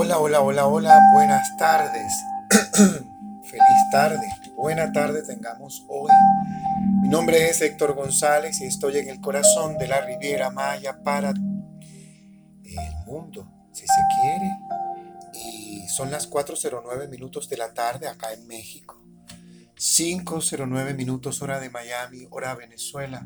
Hola, hola, hola, hola, buenas tardes. Feliz tarde, buena tarde tengamos hoy. Mi nombre es Héctor González y estoy en el corazón de la Riviera Maya para el mundo, si se quiere. Y son las 4:09 de la tarde acá en México. 5:09 hora de Miami, hora Venezuela.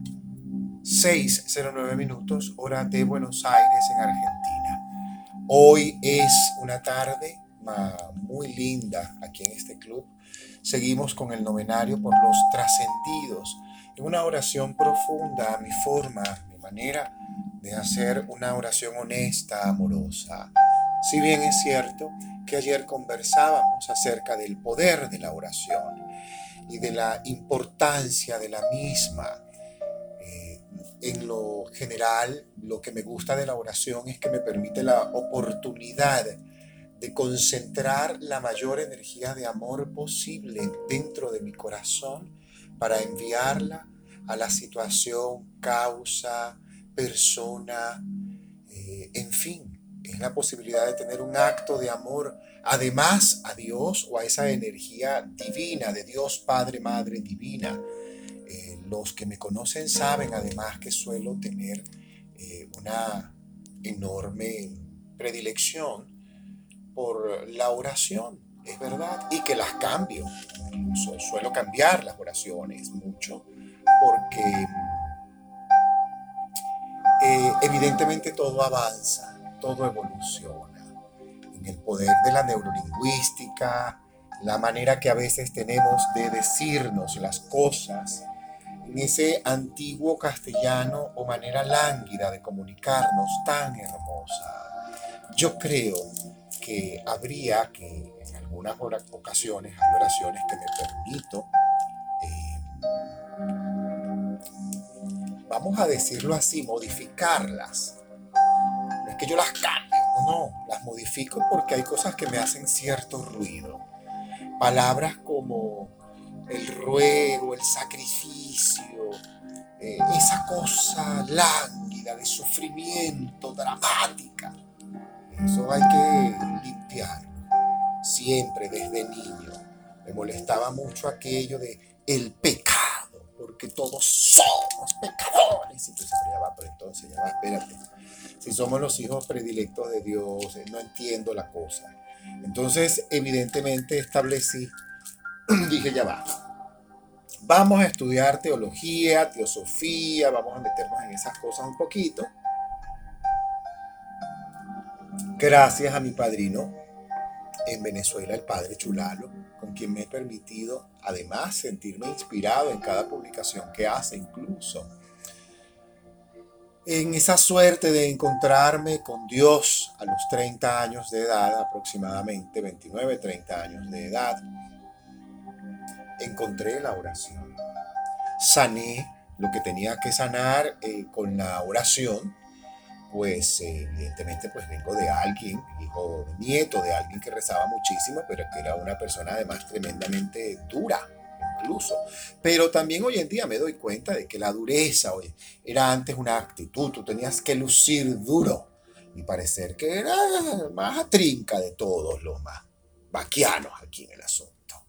6:09 hora de Buenos Aires en Argentina. Hoy es una tarde muy linda aquí en este club. Seguimos con el novenario por los trascendidos, en una oración profunda, a mi forma, mi manera de hacer una oración honesta, amorosa. Si bien es cierto que ayer conversábamos acerca del poder de la oración y de la importancia de la misma, eh, en lo general, lo que me gusta de la oración es que me permite la oportunidad de concentrar la mayor energía de amor posible dentro de mi corazón para enviarla a la situación, causa, persona, en fin. Es la posibilidad de tener un acto de amor, además a Dios o a esa energía divina de Dios Padre, Madre Divina. Los que me conocen saben además que suelo tener una enorme predilección por la oración, es verdad, y que las cambio. Suelo cambiar las oraciones mucho porque evidentemente todo avanza, todo evoluciona. En el poder de la neurolingüística, la manera que a veces tenemos de decirnos las cosas, en ese antiguo castellano o manera lánguida de comunicarnos tan hermosa. Yo creo que habría que, en algunas ocasiones, hay oraciones que me permito, vamos a decirlo así, modificarlas. No es que yo las cambio, no, las modifico porque hay cosas que me hacen cierto ruido. Palabras como el ruego, el sacrificio, esa cosa lánguida de sufrimiento, dramática. Eso hay que limpiar. Siempre desde niño me molestaba mucho aquello de el pecado, porque todos somos pecadores. Entonces, pero entonces, ya va, espérate. Si somos los hijos predilectos de Dios, no entiendo la cosa. Entonces, evidentemente establecí, dije, ya va. Vamos a estudiar teología, teosofía, vamos a meternos en esas cosas un poquito. Gracias a mi padrino en Venezuela, el padre Chulalo, con quien me he permitido además sentirme inspirado en cada publicación que hace, incluso en esa suerte de encontrarme con Dios a los 30 años de edad, aproximadamente 29, 30 años de edad. Encontré la oración, sané lo que tenía que sanar con la oración. Pues evidentemente pues vengo de alguien, hijo, nieto de alguien que rezaba muchísimo, pero que era una persona además tremendamente dura, incluso. Pero también hoy en día me doy cuenta de que la dureza, oye, era antes una actitud, tú tenías que lucir duro y parecer que era más trinca de todos los más vaquianos aquí en el asunto.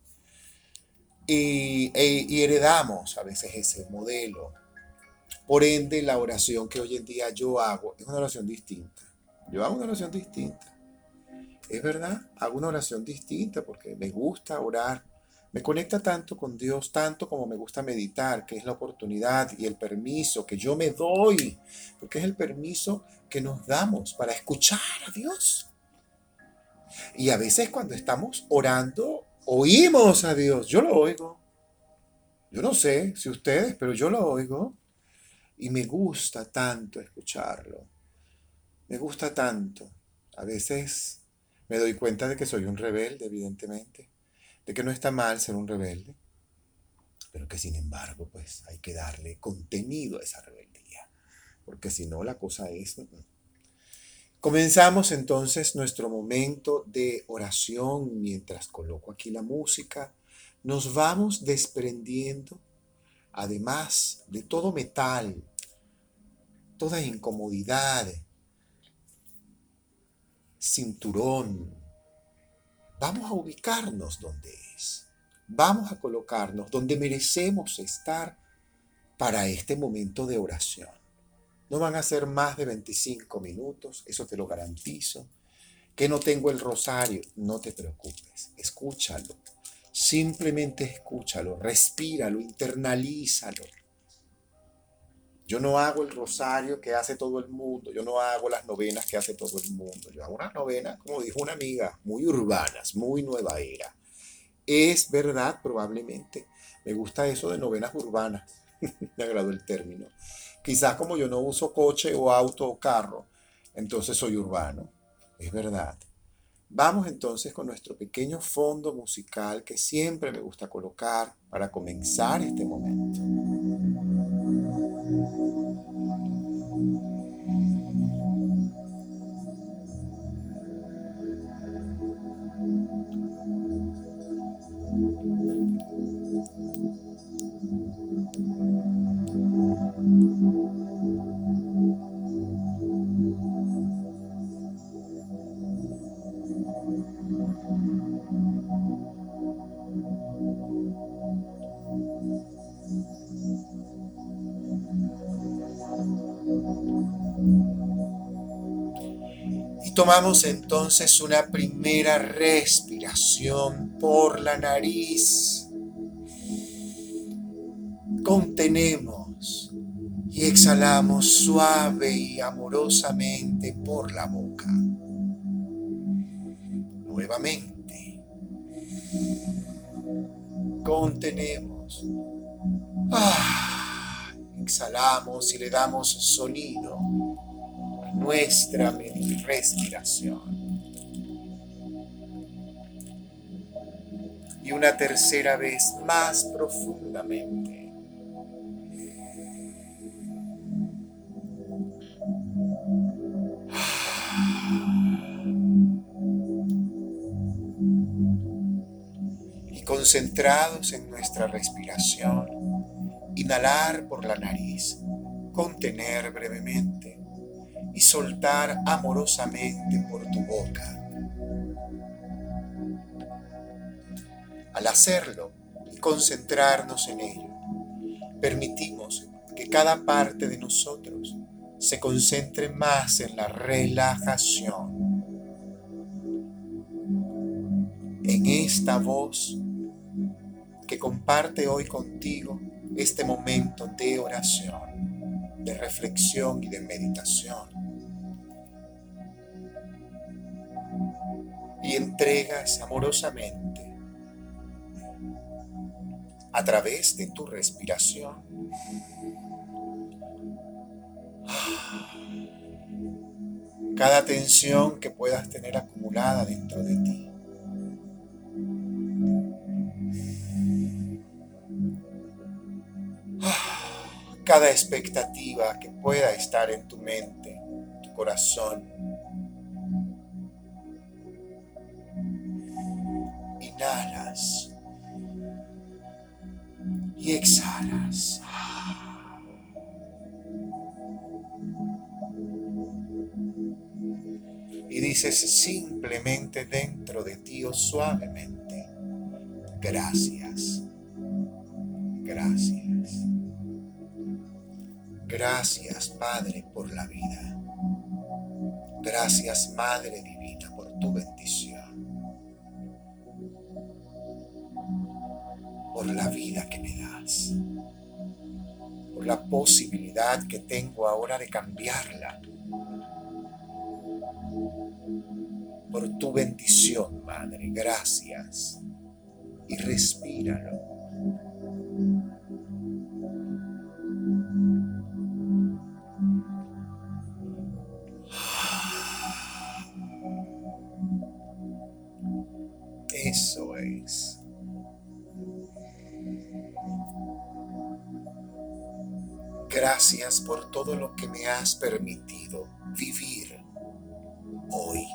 Y heredamos a veces ese modelo. Por ende, la oración que hoy en día yo hago es una oración distinta. Yo hago una oración distinta. Es verdad, hago una oración distinta porque me gusta orar. Me conecta tanto con Dios, tanto como me gusta meditar, que es la oportunidad y el permiso que yo me doy, porque es el permiso que nos damos para escuchar a Dios. Y a veces cuando estamos orando, oímos a Dios. Yo lo oigo. Yo no sé si ustedes, pero yo lo oigo. Y me gusta tanto escucharlo. Me gusta tanto. A veces me doy cuenta de que soy un rebelde, evidentemente. De que no está mal ser un rebelde. Pero que sin embargo, pues hay que darle contenido a esa rebeldía. Porque si no, la cosa es... Comenzamos entonces nuestro momento de oración mientras coloco aquí la música. Nos vamos desprendiendo, además de todo metal, toda incomodidad, cinturón, vamos a ubicarnos donde es. Vamos a colocarnos donde merecemos estar para este momento de oración. No van a ser más de 25 minutos, eso te lo garantizo. Que no tengo el rosario, no te preocupes, escúchalo. Simplemente escúchalo, respíralo, internalízalo. Yo no hago el rosario que hace todo el mundo, yo no hago las novenas que hace todo el mundo. Yo hago unas novenas, como dijo una amiga, muy urbanas, muy nueva era. Es verdad, probablemente. Me gusta eso de novenas urbanas. Me agradó el término. Quizás como yo no uso coche o auto o carro, entonces soy urbano. Es verdad. Vamos entonces con nuestro pequeño fondo musical que siempre me gusta colocar para comenzar este momento. Y tomamos entonces una primera respiración por la nariz. Contenemos y exhalamos suave y amorosamente por la boca. Nuevamente. Contenemos. Exhalamos y le damos sonido a nuestra respiración. Y una tercera vez más profundamente. Y concentrados en nuestra respiración, inhalar por la nariz, contener brevemente y soltar amorosamente por tu boca. Al hacerlo y concentrarnos en ello, permitimos que cada parte de nosotros se concentre más en la relajación, en esta voz que comparte hoy contigo este momento de oración, de reflexión y de meditación. Y entregas amorosamente a través de tu respiración cada tensión que puedas tener acumulada dentro de ti. Cada expectativa que pueda estar en tu mente, tu corazón. Inhalas y exhalas. Y dices simplemente dentro de ti o suavemente: gracias, gracias. Gracias, Padre, por la vida. Gracias, Madre Divina, por tu bendición. Por la vida que me das. Por la posibilidad que tengo ahora de cambiarla. Por tu bendición, Madre. Gracias. Y respíralo. Eso es. Gracias por todo lo que me has permitido vivir hoy.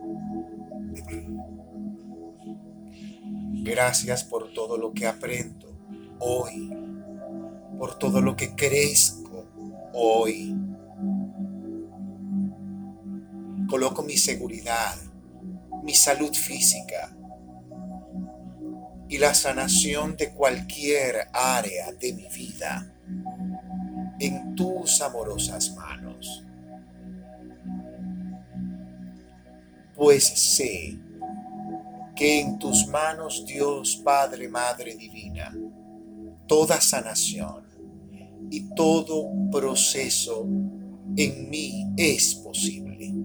Gracias por todo lo que aprendo hoy, por todo lo que crezco hoy. Coloco mi seguridad, mi salud física, y la sanación de cualquier área de mi vida en tus amorosas manos, pues sé que en tus manos, Dios Padre, Madre Divina, toda sanación y todo proceso en mí es posible.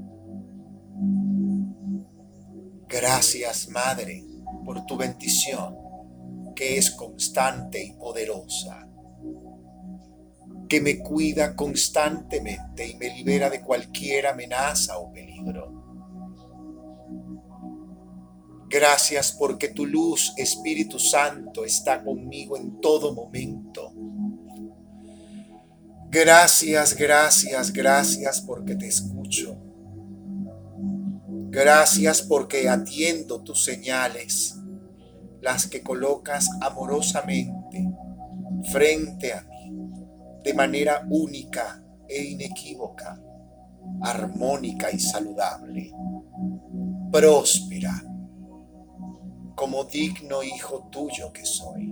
Gracias, Madre, por tu bendición, que es constante y poderosa, que me cuida constantemente y me libera de cualquier amenaza o peligro. Gracias porque tu luz, Espíritu Santo, está conmigo en todo momento. Gracias, gracias, gracias porque te escucho. Gracias porque atiendo tus señales, las que colocas amorosamente frente a mí, de manera única e inequívoca, armónica y saludable, próspera, como digno hijo tuyo que soy.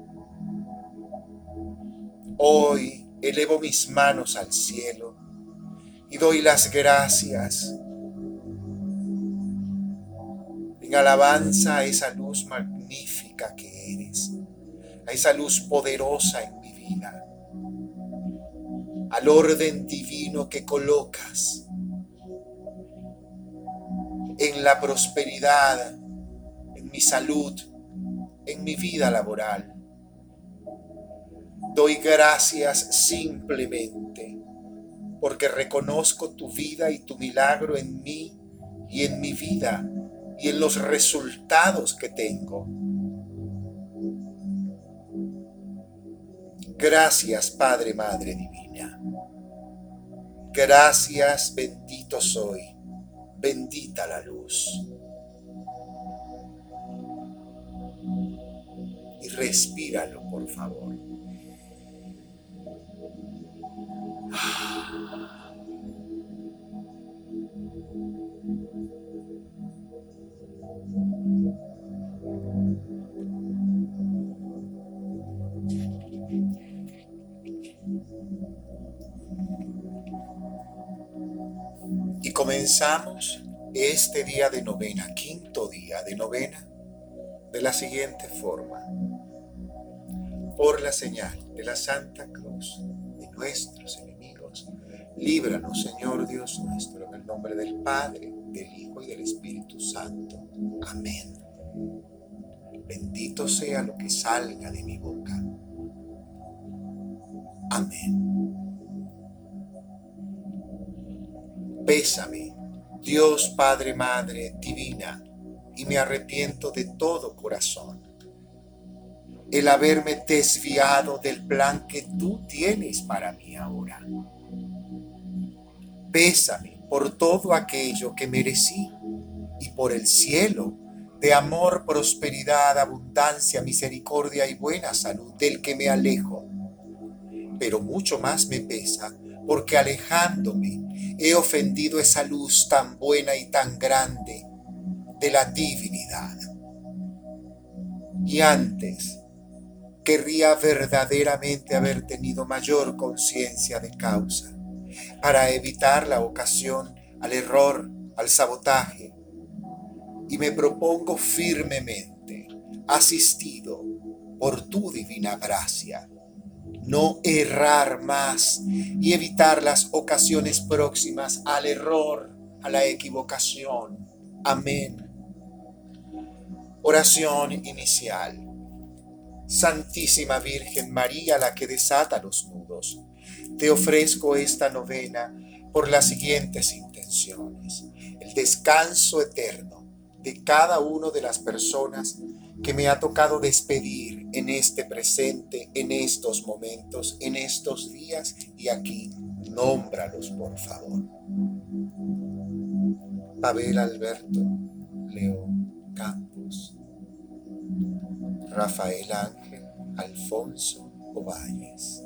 Hoy elevo mis manos al cielo y doy las gracias en alabanza a esa luz magnífica que eres, a esa luz poderosa en mi vida, al orden divino que colocas en la prosperidad, en mi salud, en mi vida laboral. Doy gracias simplemente porque reconozco tu vida y tu milagro en mí y en mi vida y en los resultados que tengo. Gracias, Padre, Madre Divina. Gracias, bendito soy, bendita la luz. Y respíralo, por favor. Y comenzamos este día de novena, quinto día de novena, de la siguiente forma. Por la señal de la Santa Cruz de nuestros enemigos, líbranos, Señor Dios nuestro, en el nombre del Padre, del Hijo y del Espíritu Santo. Amén. Bendito sea lo que salga de mi boca. Amén. Pésame, Dios Padre, Madre Divina, y me arrepiento de todo corazón el haberme desviado del plan que tú tienes para mí ahora. Pésame por todo aquello que merecí y por el cielo de amor, prosperidad, abundancia, misericordia y buena salud del que me alejo. Pero mucho más me pesa porque alejándome he ofendido esa luz tan buena y tan grande de la divinidad. Y antes querría verdaderamente haber tenido mayor conciencia de causa para evitar la ocasión al error, al sabotaje, y me propongo firmemente, asistido por tu divina gracia, no errar más y evitar las ocasiones próximas al error, a la equivocación. Amén. Oración inicial. Santísima Virgen María, la que desata los nudos, te ofrezco esta novena por las siguientes intenciones: el descanso eterno de cada una de las personas que me ha tocado despedir en este presente, en estos momentos, en estos días, y aquí, nómbralos, por favor. Pavel Alberto León Campos, Rafael Ángel Alfonso Ovalles,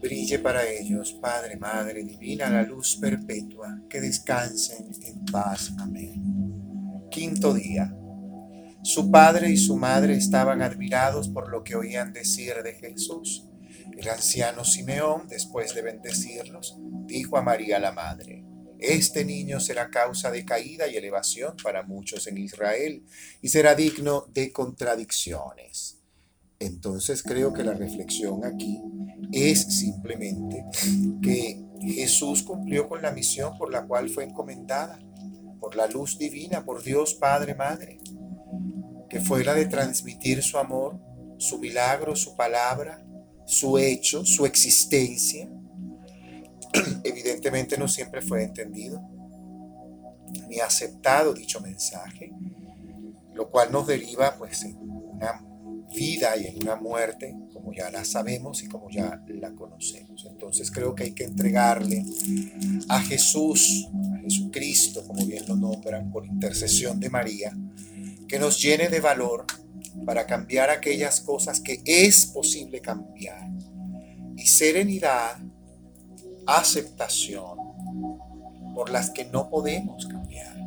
brille para ellos, Padre, Madre Divina, la luz perpetua, que descansen en paz. Amén. Quinto día. Su padre y su madre estaban admirados por lo que oían decir de Jesús. El anciano Simeón, después de bendecirlos, dijo a María la madre: Este niño será causa de caída y elevación para muchos en Israel, y será digno de contradicciones. Entonces creo que la reflexión aquí es simplemente que Jesús cumplió con la misión por la cual fue encomendada, por la luz divina, por Dios Padre, Madre, que fue la de transmitir su amor, su milagro, su palabra, su hecho, su existencia. Evidentemente no siempre fue entendido ni aceptado dicho mensaje, lo cual nos deriva pues en una vida y en una muerte como ya la sabemos y como ya la conocemos. Entonces creo que hay que entregarle a Jesús, a Jesucristo, como bien lo nombran, por intercesión de María, que nos llene de valor para cambiar aquellas cosas que es posible cambiar, y serenidad, aceptación por las que no podemos cambiar.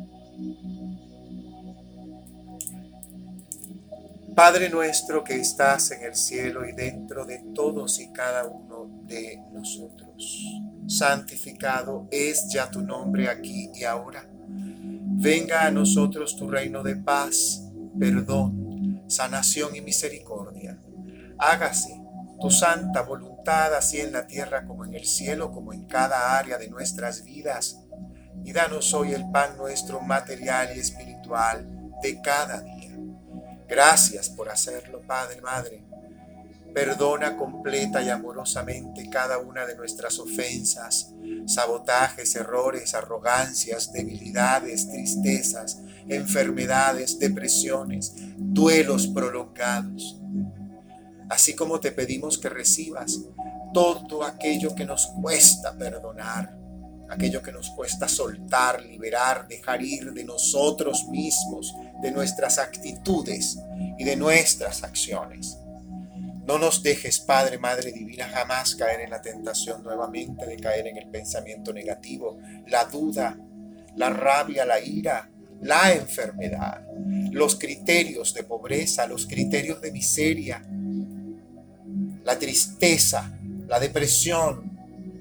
Padre nuestro que estás en el cielo y dentro de todos y cada uno de nosotros, santificado es ya tu nombre aquí y ahora. Venga a nosotros tu reino de paz, perdón, sanación y misericordia. Hágase tu santa voluntad, así en la tierra como en el cielo, como en cada área de nuestras vidas. Y danos hoy el pan nuestro material y espiritual de cada día. Gracias por hacerlo, Padre, Madre. Perdona completa y amorosamente cada una de nuestras ofensas, sabotajes, errores, arrogancias, debilidades, tristezas, enfermedades, depresiones, duelos prolongados. Así como te pedimos que recibas todo aquello que nos cuesta perdonar, aquello que nos cuesta soltar, liberar, dejar ir de nosotros mismos, de nuestras actitudes y de nuestras acciones. No nos dejes, Padre, Madre Divina, jamás caer en la tentación nuevamente de caer en el pensamiento negativo, la duda, la rabia, la ira, la enfermedad, los criterios de pobreza, los criterios de miseria, la tristeza, la depresión,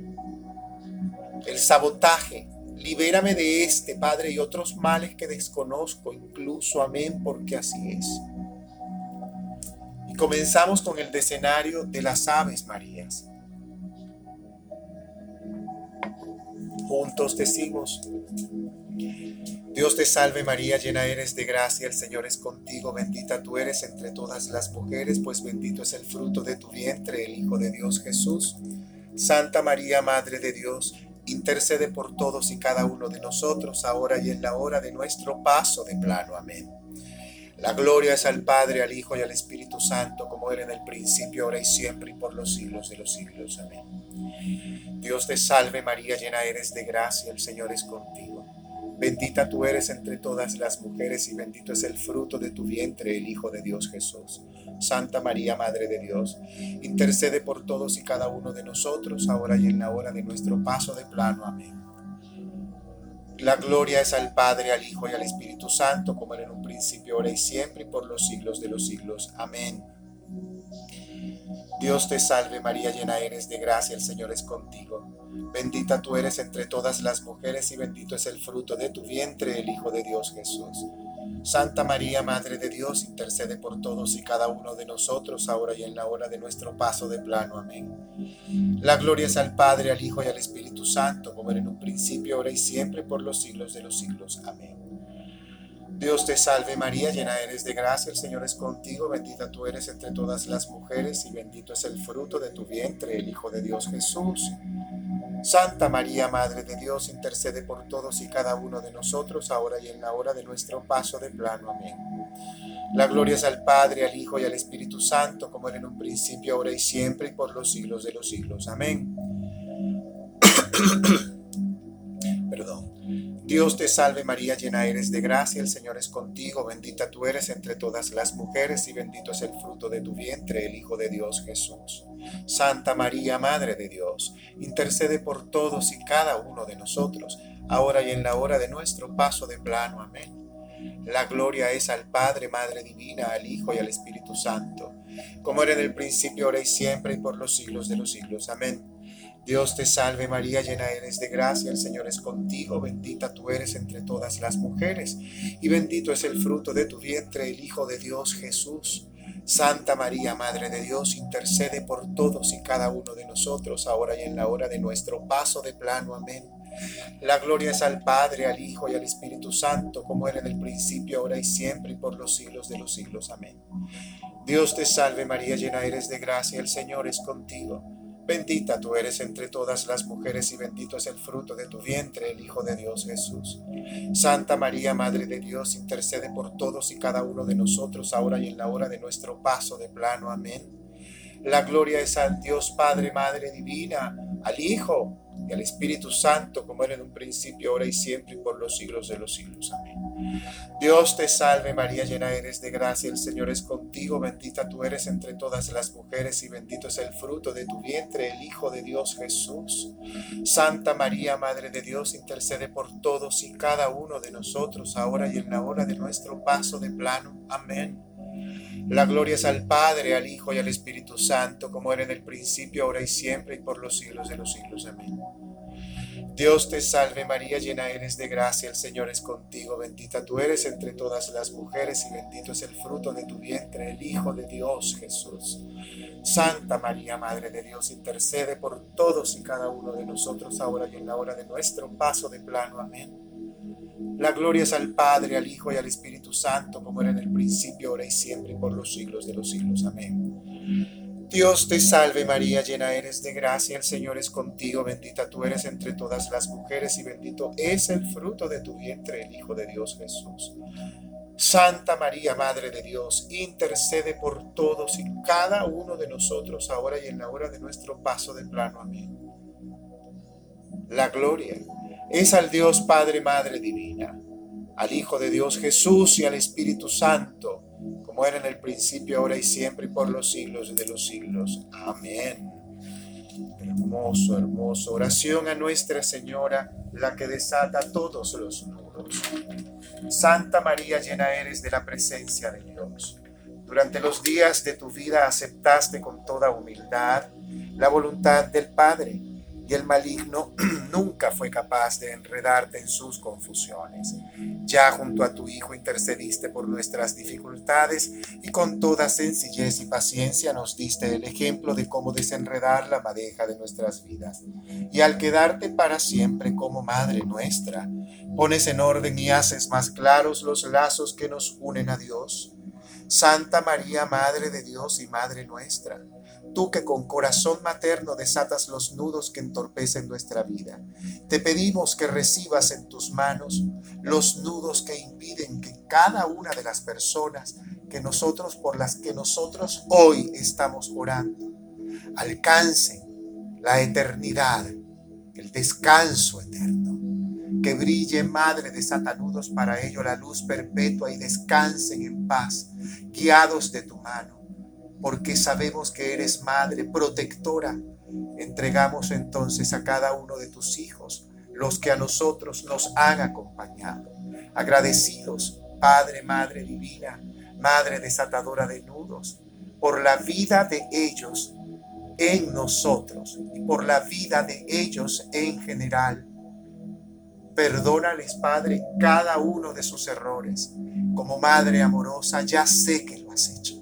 el sabotaje. Libérame de este, Padre, y otros males que desconozco incluso. Amén, porque así es. Y comenzamos con el decenario de las Aves Marías. Juntos decimos: Dios te salve María, llena eres de gracia, el Señor es contigo, bendita tú eres entre todas las mujeres, pues bendito es el fruto de tu vientre, el Hijo de Dios Jesús. Santa María, Madre de Dios, intercede por todos y cada uno de nosotros, ahora y en la hora de nuestro paso de plano. Amén. La gloria es al Padre, al Hijo y al Espíritu Santo, como era en el principio, ahora y siempre, y por los siglos de los siglos. Amén. Dios te salve María, llena eres de gracia, el Señor es contigo. Bendita tú eres entre todas las mujeres y bendito es el fruto de tu vientre, el Hijo de Dios Jesús. Santa María, Madre de Dios, intercede por todos y cada uno de nosotros, ahora y en la hora de nuestro paso de plano. Amén. La gloria es al Padre, al Hijo y al Espíritu Santo, como era en un principio, ahora y siempre, y por los siglos de los siglos. Amén. Dios te salve María, llena eres de gracia, el Señor es contigo. Bendita tú eres entre todas las mujeres y bendito es el fruto de tu vientre, el Hijo de Dios Jesús. Santa María, Madre de Dios, intercede por todos y cada uno de nosotros, ahora y en la hora de nuestro paso de plano. Amén. La gloria es al Padre, al Hijo y al Espíritu Santo, como era en un principio, ahora y siempre, por los siglos de los siglos. Amén. Dios te salve María, llena eres de gracia, el Señor es contigo, bendita tú eres entre todas las mujeres y bendito es el fruto de tu vientre, el Hijo de Dios Jesús. Santa María, Madre de Dios, intercede por todos y cada uno de nosotros, ahora y en la hora de nuestro paso de plano. Amén. La gloria es al Padre, al Hijo y al Espíritu Santo, como era en un principio, ahora y siempre, y por los siglos de los siglos. Amén. Perdón. Dios te salve María, llena eres de gracia, el Señor es contigo, bendita tú eres entre todas las mujeres y bendito es el fruto de tu vientre, el Hijo de Dios Jesús. Santa María, Madre de Dios, intercede por todos y cada uno de nosotros, ahora y en la hora de nuestro paso de plano. Amén. La gloria es al Padre, Madre Divina, al Hijo y al Espíritu Santo, como era en el principio, ahora y siempre, y por los siglos de los siglos. Amén. Dios te salve María, llena eres de gracia, el Señor es contigo, bendita tú eres entre todas las mujeres, y bendito es el fruto de tu vientre, el Hijo de Dios Jesús. Santa María, Madre de Dios, intercede por todos y cada uno de nosotros, ahora y en la hora de nuestro paso de plano. Amén. La gloria es al Padre, al Hijo y al Espíritu Santo, como era en el principio, ahora y siempre, y por los siglos de los siglos. Amén. Dios te salve María, llena eres de gracia, el Señor es contigo. Bendita tú eres entre todas las mujeres y bendito es el fruto de tu vientre, el Hijo de Dios Jesús. Santa María, Madre de Dios, intercede por todos y cada uno de nosotros, ahora y en la hora de nuestro paso de plano. Amén. La gloria es al Dios Padre, Madre Divina, al Hijo y al Espíritu Santo, como era en un principio, ahora y siempre, y por los siglos de los siglos. Amén. Dios te salve María, llena eres de gracia, el Señor es contigo, bendita tú eres entre todas las mujeres y bendito es el fruto de tu vientre, el Hijo de Dios Jesús. Santa María, Madre de Dios, intercede por todos y cada uno de nosotros, ahora y en la hora de nuestro paso de plano. Amén. La gloria es al Padre, al Hijo y al Espíritu Santo, como era en el principio, ahora y siempre, y por los siglos de los siglos. Amén. Dios te salve María, llena eres de gracia, el Señor es contigo, bendita tú eres entre todas las mujeres y bendito es el fruto de tu vientre, el Hijo de Dios Jesús. Santa María, Madre de Dios, intercede por todos y cada uno de nosotros, ahora y en la hora de nuestro paso de plano. Amén. La gloria es al Padre, al Hijo y al Espíritu Santo, como era en el principio, ahora y siempre, y por los siglos de los siglos. Amén. Dios te salve María, llena eres de gracia, el Señor es contigo, bendita tú eres entre todas las mujeres y bendito es el fruto de tu vientre, el Hijo de Dios Jesús. Santa María, Madre de Dios, intercede por todos y cada uno de nosotros, ahora y en la hora de nuestro paso de plano. Amén. La gloria es al Dios Padre, Madre Divina, al Hijo de Dios Jesús y al Espíritu Santo, como era en el principio, ahora y siempre, y por los siglos de los siglos. Amén. Hermoso, hermoso. Oración a Nuestra Señora, la que desata todos los nudos. Santa María, llena eres de la presencia de Dios. Durante los días de tu vida aceptaste con toda humildad la voluntad del Padre, y el maligno nunca fue capaz de enredarte en sus confusiones. Ya junto a tu Hijo intercediste por nuestras dificultades y con toda sencillez y paciencia nos diste el ejemplo de cómo desenredar la madeja de nuestras vidas. Y al quedarte para siempre como Madre nuestra, pones en orden y haces más claros los lazos que nos unen a Dios. Santa María, Madre de Dios y Madre nuestra, tú que con corazón materno desatas los nudos que entorpecen nuestra vida, te pedimos que recibas en tus manos los nudos que impiden que cada una de las personas por las que nosotros hoy estamos orando alcancen la eternidad, el descanso eterno. Que brille, Madre, desata nudos para ello la luz perpetua y descansen en paz, guiados de tu mano, porque sabemos que eres Madre protectora. Entregamos entonces a cada uno de tus hijos los que a nosotros nos han acompañado, agradecidos, Padre, Madre Divina, Madre desatadora de nudos, por la vida de ellos en nosotros y por la vida de ellos en general. Perdónales, Padre, cada uno de sus errores. Como Madre amorosa, ya sé que lo has hecho.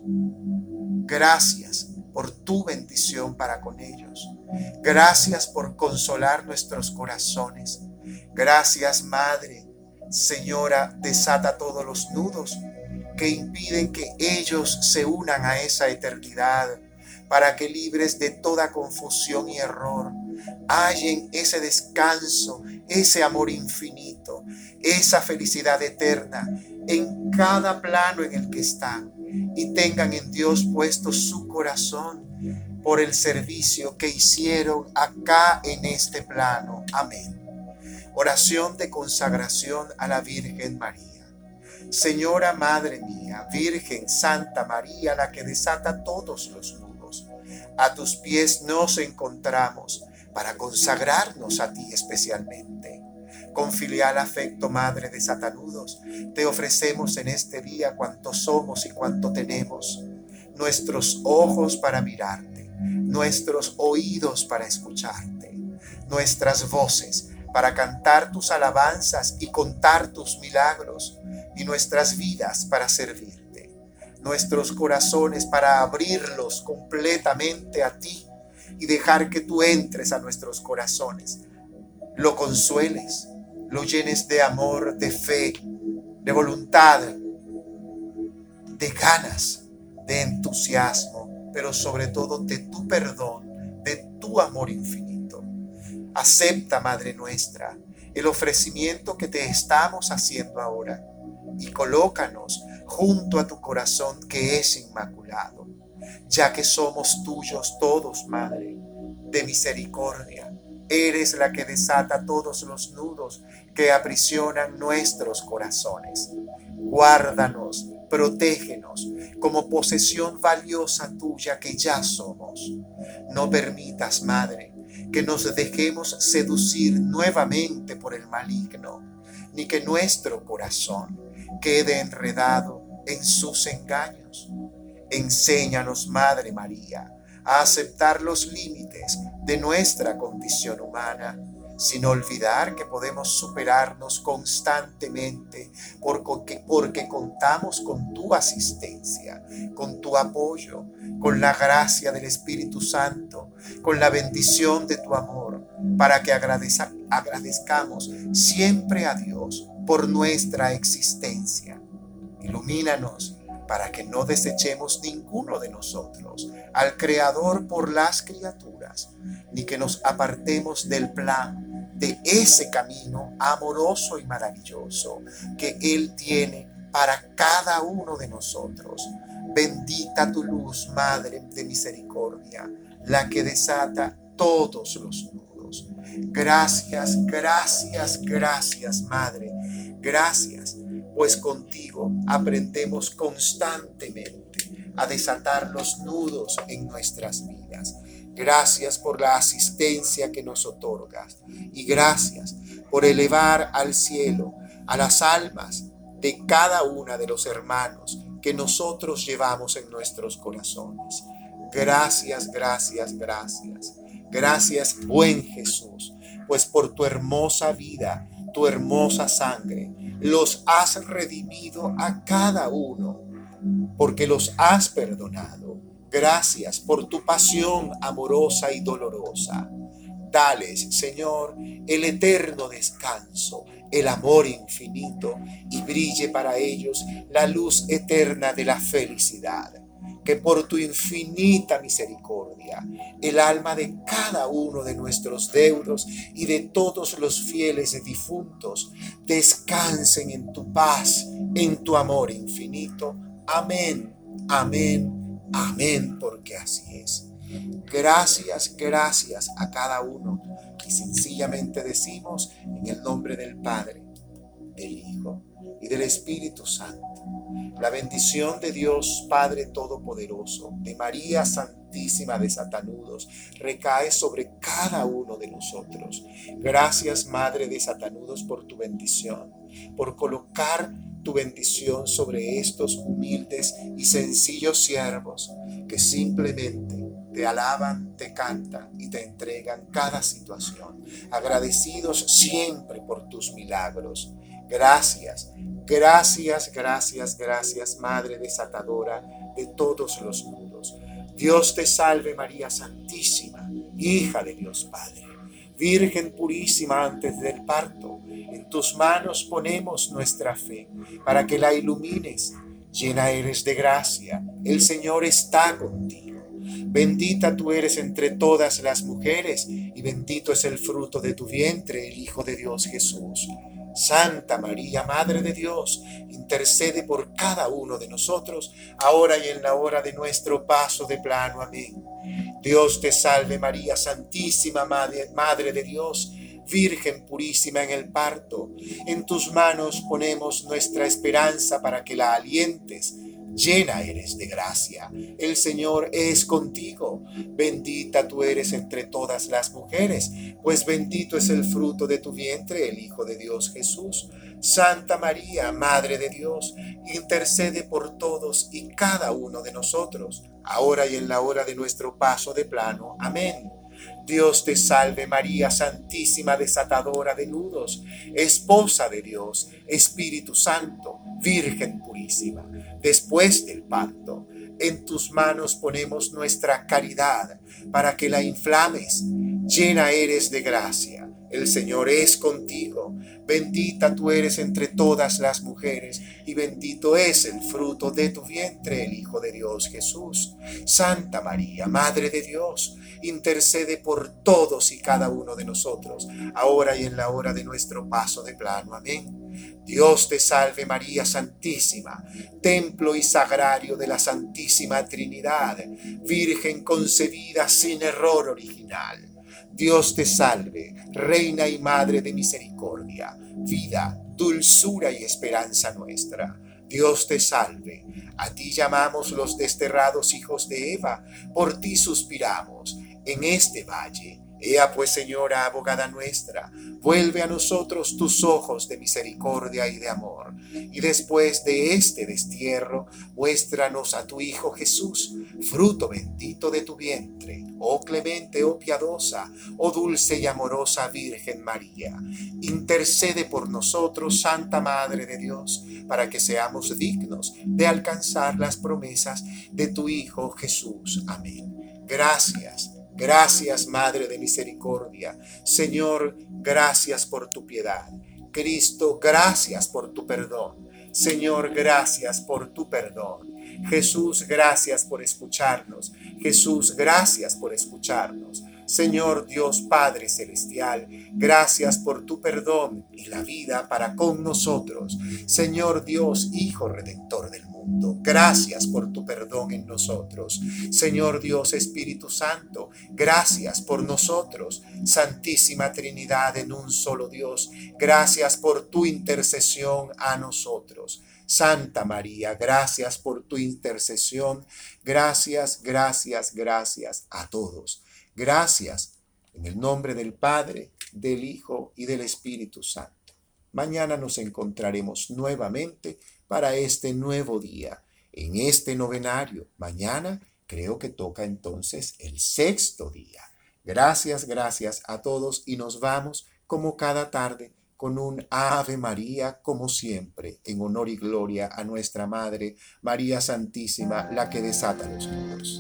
Gracias por tu bendición para con ellos. Gracias por consolar nuestros corazones. Gracias, Madre. Señora, desata todos los nudos que impiden que ellos se unan a esa eternidad, para que, libres de toda confusión y error, hallen ese descanso, ese amor infinito, esa felicidad eterna en cada plano en el que están, y tengan en Dios puesto su corazón por el servicio que hicieron acá en este plano. Amén. Oración de consagración a la Virgen María. Señora Madre mía, Virgen Santa María, la que desata todos los nudos, a tus pies nos encontramos para consagrarnos a ti especialmente. Con filial afecto, Madre de Satanudos, te ofrecemos en este día cuanto somos y cuanto tenemos, nuestros ojos para mirarte, nuestros oídos para escucharte, nuestras voces para cantar tus alabanzas y contar tus milagros, y nuestras vidas para servirte, nuestros corazones para abrirlos completamente a ti y dejar que tú entres a nuestros corazones, lo consueles, lo llenes de amor, de fe, de voluntad, de ganas, de entusiasmo, pero sobre todo de tu perdón, de tu amor infinito. Acepta, Madre nuestra, el ofrecimiento que te estamos haciendo ahora y colócanos junto a tu corazón que es inmaculado, ya que somos tuyos todos, Madre de misericordia. Eres la que desata todos los nudos que aprisionan nuestros corazones. Guárdanos, protégenos como posesión valiosa tuya que ya somos. No permitas, Madre, que nos dejemos seducir nuevamente por el maligno, ni que nuestro corazón quede enredado en sus engaños. Enséñanos, Madre María, a aceptar los límites de nuestra condición humana, sin olvidar que podemos superarnos constantemente porque contamos con tu asistencia, con tu apoyo, con la gracia del Espíritu Santo, con la bendición de tu amor, para que agradezcamos siempre a Dios por nuestra existencia. Ilumínanos para que no desechemos ninguno de nosotros al Creador por las criaturas, ni que nos apartemos del plan, de ese camino amoroso y maravilloso que Él tiene para cada uno de nosotros. Bendita tu luz, Madre de misericordia, la que desata todos los nudos. Gracias, gracias, gracias, Madre. Gracias, pues contigo aprendemos constantemente a desatar los nudos en nuestras vidas. Gracias por la asistencia que nos otorgas y gracias por elevar al cielo a las almas de cada una de los hermanos que nosotros llevamos en nuestros corazones. Gracias, gracias, gracias. Gracias, buen Jesús, pues por tu hermosa vida, tu hermosa sangre, los has redimido a cada uno, porque los has perdonado. Gracias por tu pasión amorosa y dolorosa. Dales, Señor, el eterno descanso, el amor infinito, y brille para ellos la luz eterna de la felicidad. Que por tu infinita misericordia, el alma de cada uno de nuestros deudos y de todos los fieles difuntos descansen en tu paz, en tu amor infinito. Amén, amén, amén, porque así es. Gracias, gracias a cada uno. Y sencillamente decimos en el nombre del Padre, del Hijo y del Espíritu Santo. La bendición de Dios Padre Todopoderoso, de María Santísima de Satanudos, recae sobre cada uno de nosotros. Gracias, Madre de Satanudos, por tu bendición, por colocar tu bendición sobre estos humildes y sencillos siervos que simplemente te alaban, te cantan y te entregan cada situación. Agradecidos siempre por tus milagros. Gracias, gracias, gracias, gracias, Madre desatadora de todos los nudos. Dios te salve, María Santísima, hija de Dios Padre, Virgen purísima antes del parto. En tus manos ponemos nuestra fe para que la ilumines. Llena eres de gracia, el Señor está contigo. Bendita tú eres entre todas las mujeres y bendito es el fruto de tu vientre, el Hijo de Dios Jesús. Santa María, Madre de Dios, intercede por cada uno de nosotros, ahora y en la hora de nuestro paso de plano. Amén. Dios te salve María, Santísima Madre de Dios, Virgen purísima en el parto, en tus manos ponemos nuestra esperanza para que la alientes. Llena eres de gracia, el Señor es contigo. Bendita tú eres entre todas las mujeres, pues bendito es el fruto de tu vientre, el Hijo de Dios Jesús. Santa María, Madre de Dios, intercede por todos y cada uno de nosotros, ahora y en la hora de nuestro paso de plano. Amén. Dios te salve María, Santísima, desatadora de nudos, Esposa de Dios, Espíritu Santo, Virgen purísima. Después del pacto, en tus manos ponemos nuestra caridad para que la inflames. Llena eres de gracia, el Señor es contigo. Bendita tú eres entre todas las mujeres, y bendito es el fruto de tu vientre, el Hijo de Dios Jesús. Santa María, Madre de Dios, intercede por todos y cada uno de nosotros, ahora y en la hora de nuestro paso de plano. Amén. Dios te salve María Santísima, templo y sagrario de la Santísima Trinidad, Virgen concebida sin error original. Dios te salve, Reina y Madre de misericordia, vida, dulzura y esperanza nuestra. Dios te salve, a ti llamamos los desterrados hijos de Eva, por ti suspiramos en este valle. Ea pues, Señora, abogada nuestra, vuelve a nosotros tus ojos de misericordia y de amor, y después de este destierro, muéstranos a tu Hijo Jesús, fruto bendito de tu vientre. Oh clemente, oh piadosa, oh dulce y amorosa Virgen María, intercede por nosotros, Santa Madre de Dios, para que seamos dignos de alcanzar las promesas de tu Hijo Jesús. Amén. Gracias. Gracias, Madre de Misericordia. Señor, gracias por tu piedad. Cristo, gracias por tu perdón. Señor, gracias por tu perdón. Jesús, gracias por escucharnos. Jesús, gracias por escucharnos. Señor Dios Padre Celestial, gracias por tu perdón y la vida para con nosotros. Señor Dios, Hijo Redentor del mundo, gracias por tu perdón en nosotros. Señor Dios Espíritu Santo, gracias por nosotros. Santísima Trinidad en un solo Dios, gracias por tu intercesión a nosotros. Santa María, gracias por tu intercesión. Gracias, gracias, gracias a todos. Gracias en el nombre del Padre, del Hijo y del Espíritu Santo. Mañana nos encontraremos nuevamente para este nuevo día, en este novenario. Mañana creo que toca entonces el sexto día. Gracias, gracias a todos y nos vamos como cada tarde con un Ave María como siempre, en honor y gloria a nuestra Madre, María Santísima, la que desata los nudos.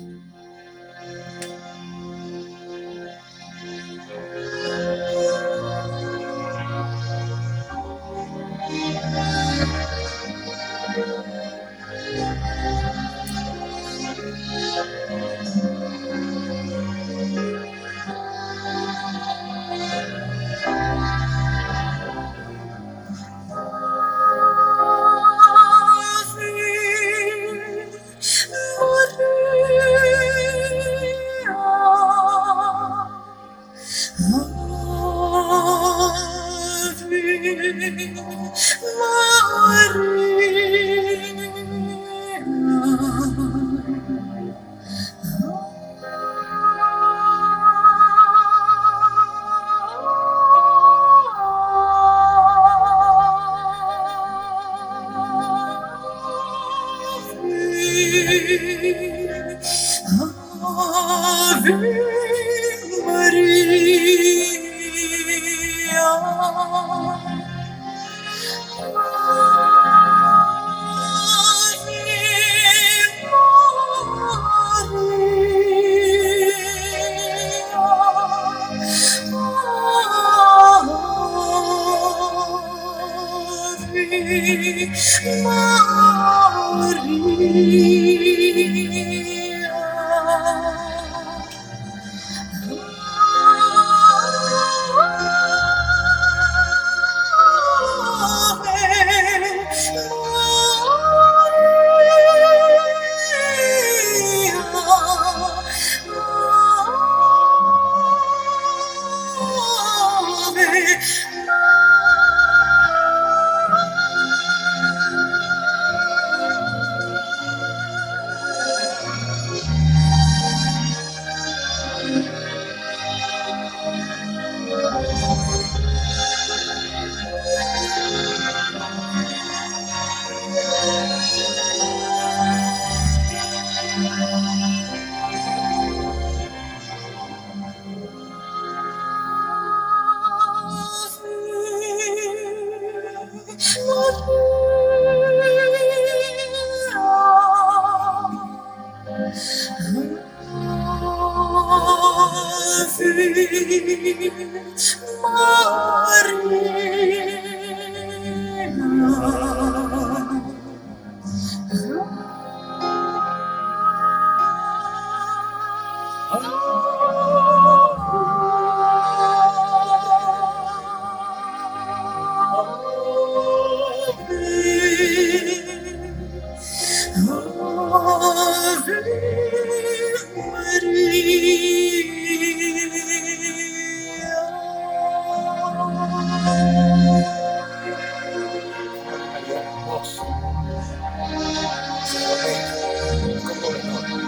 María hermosa, demasiado bella, muy conmovedora.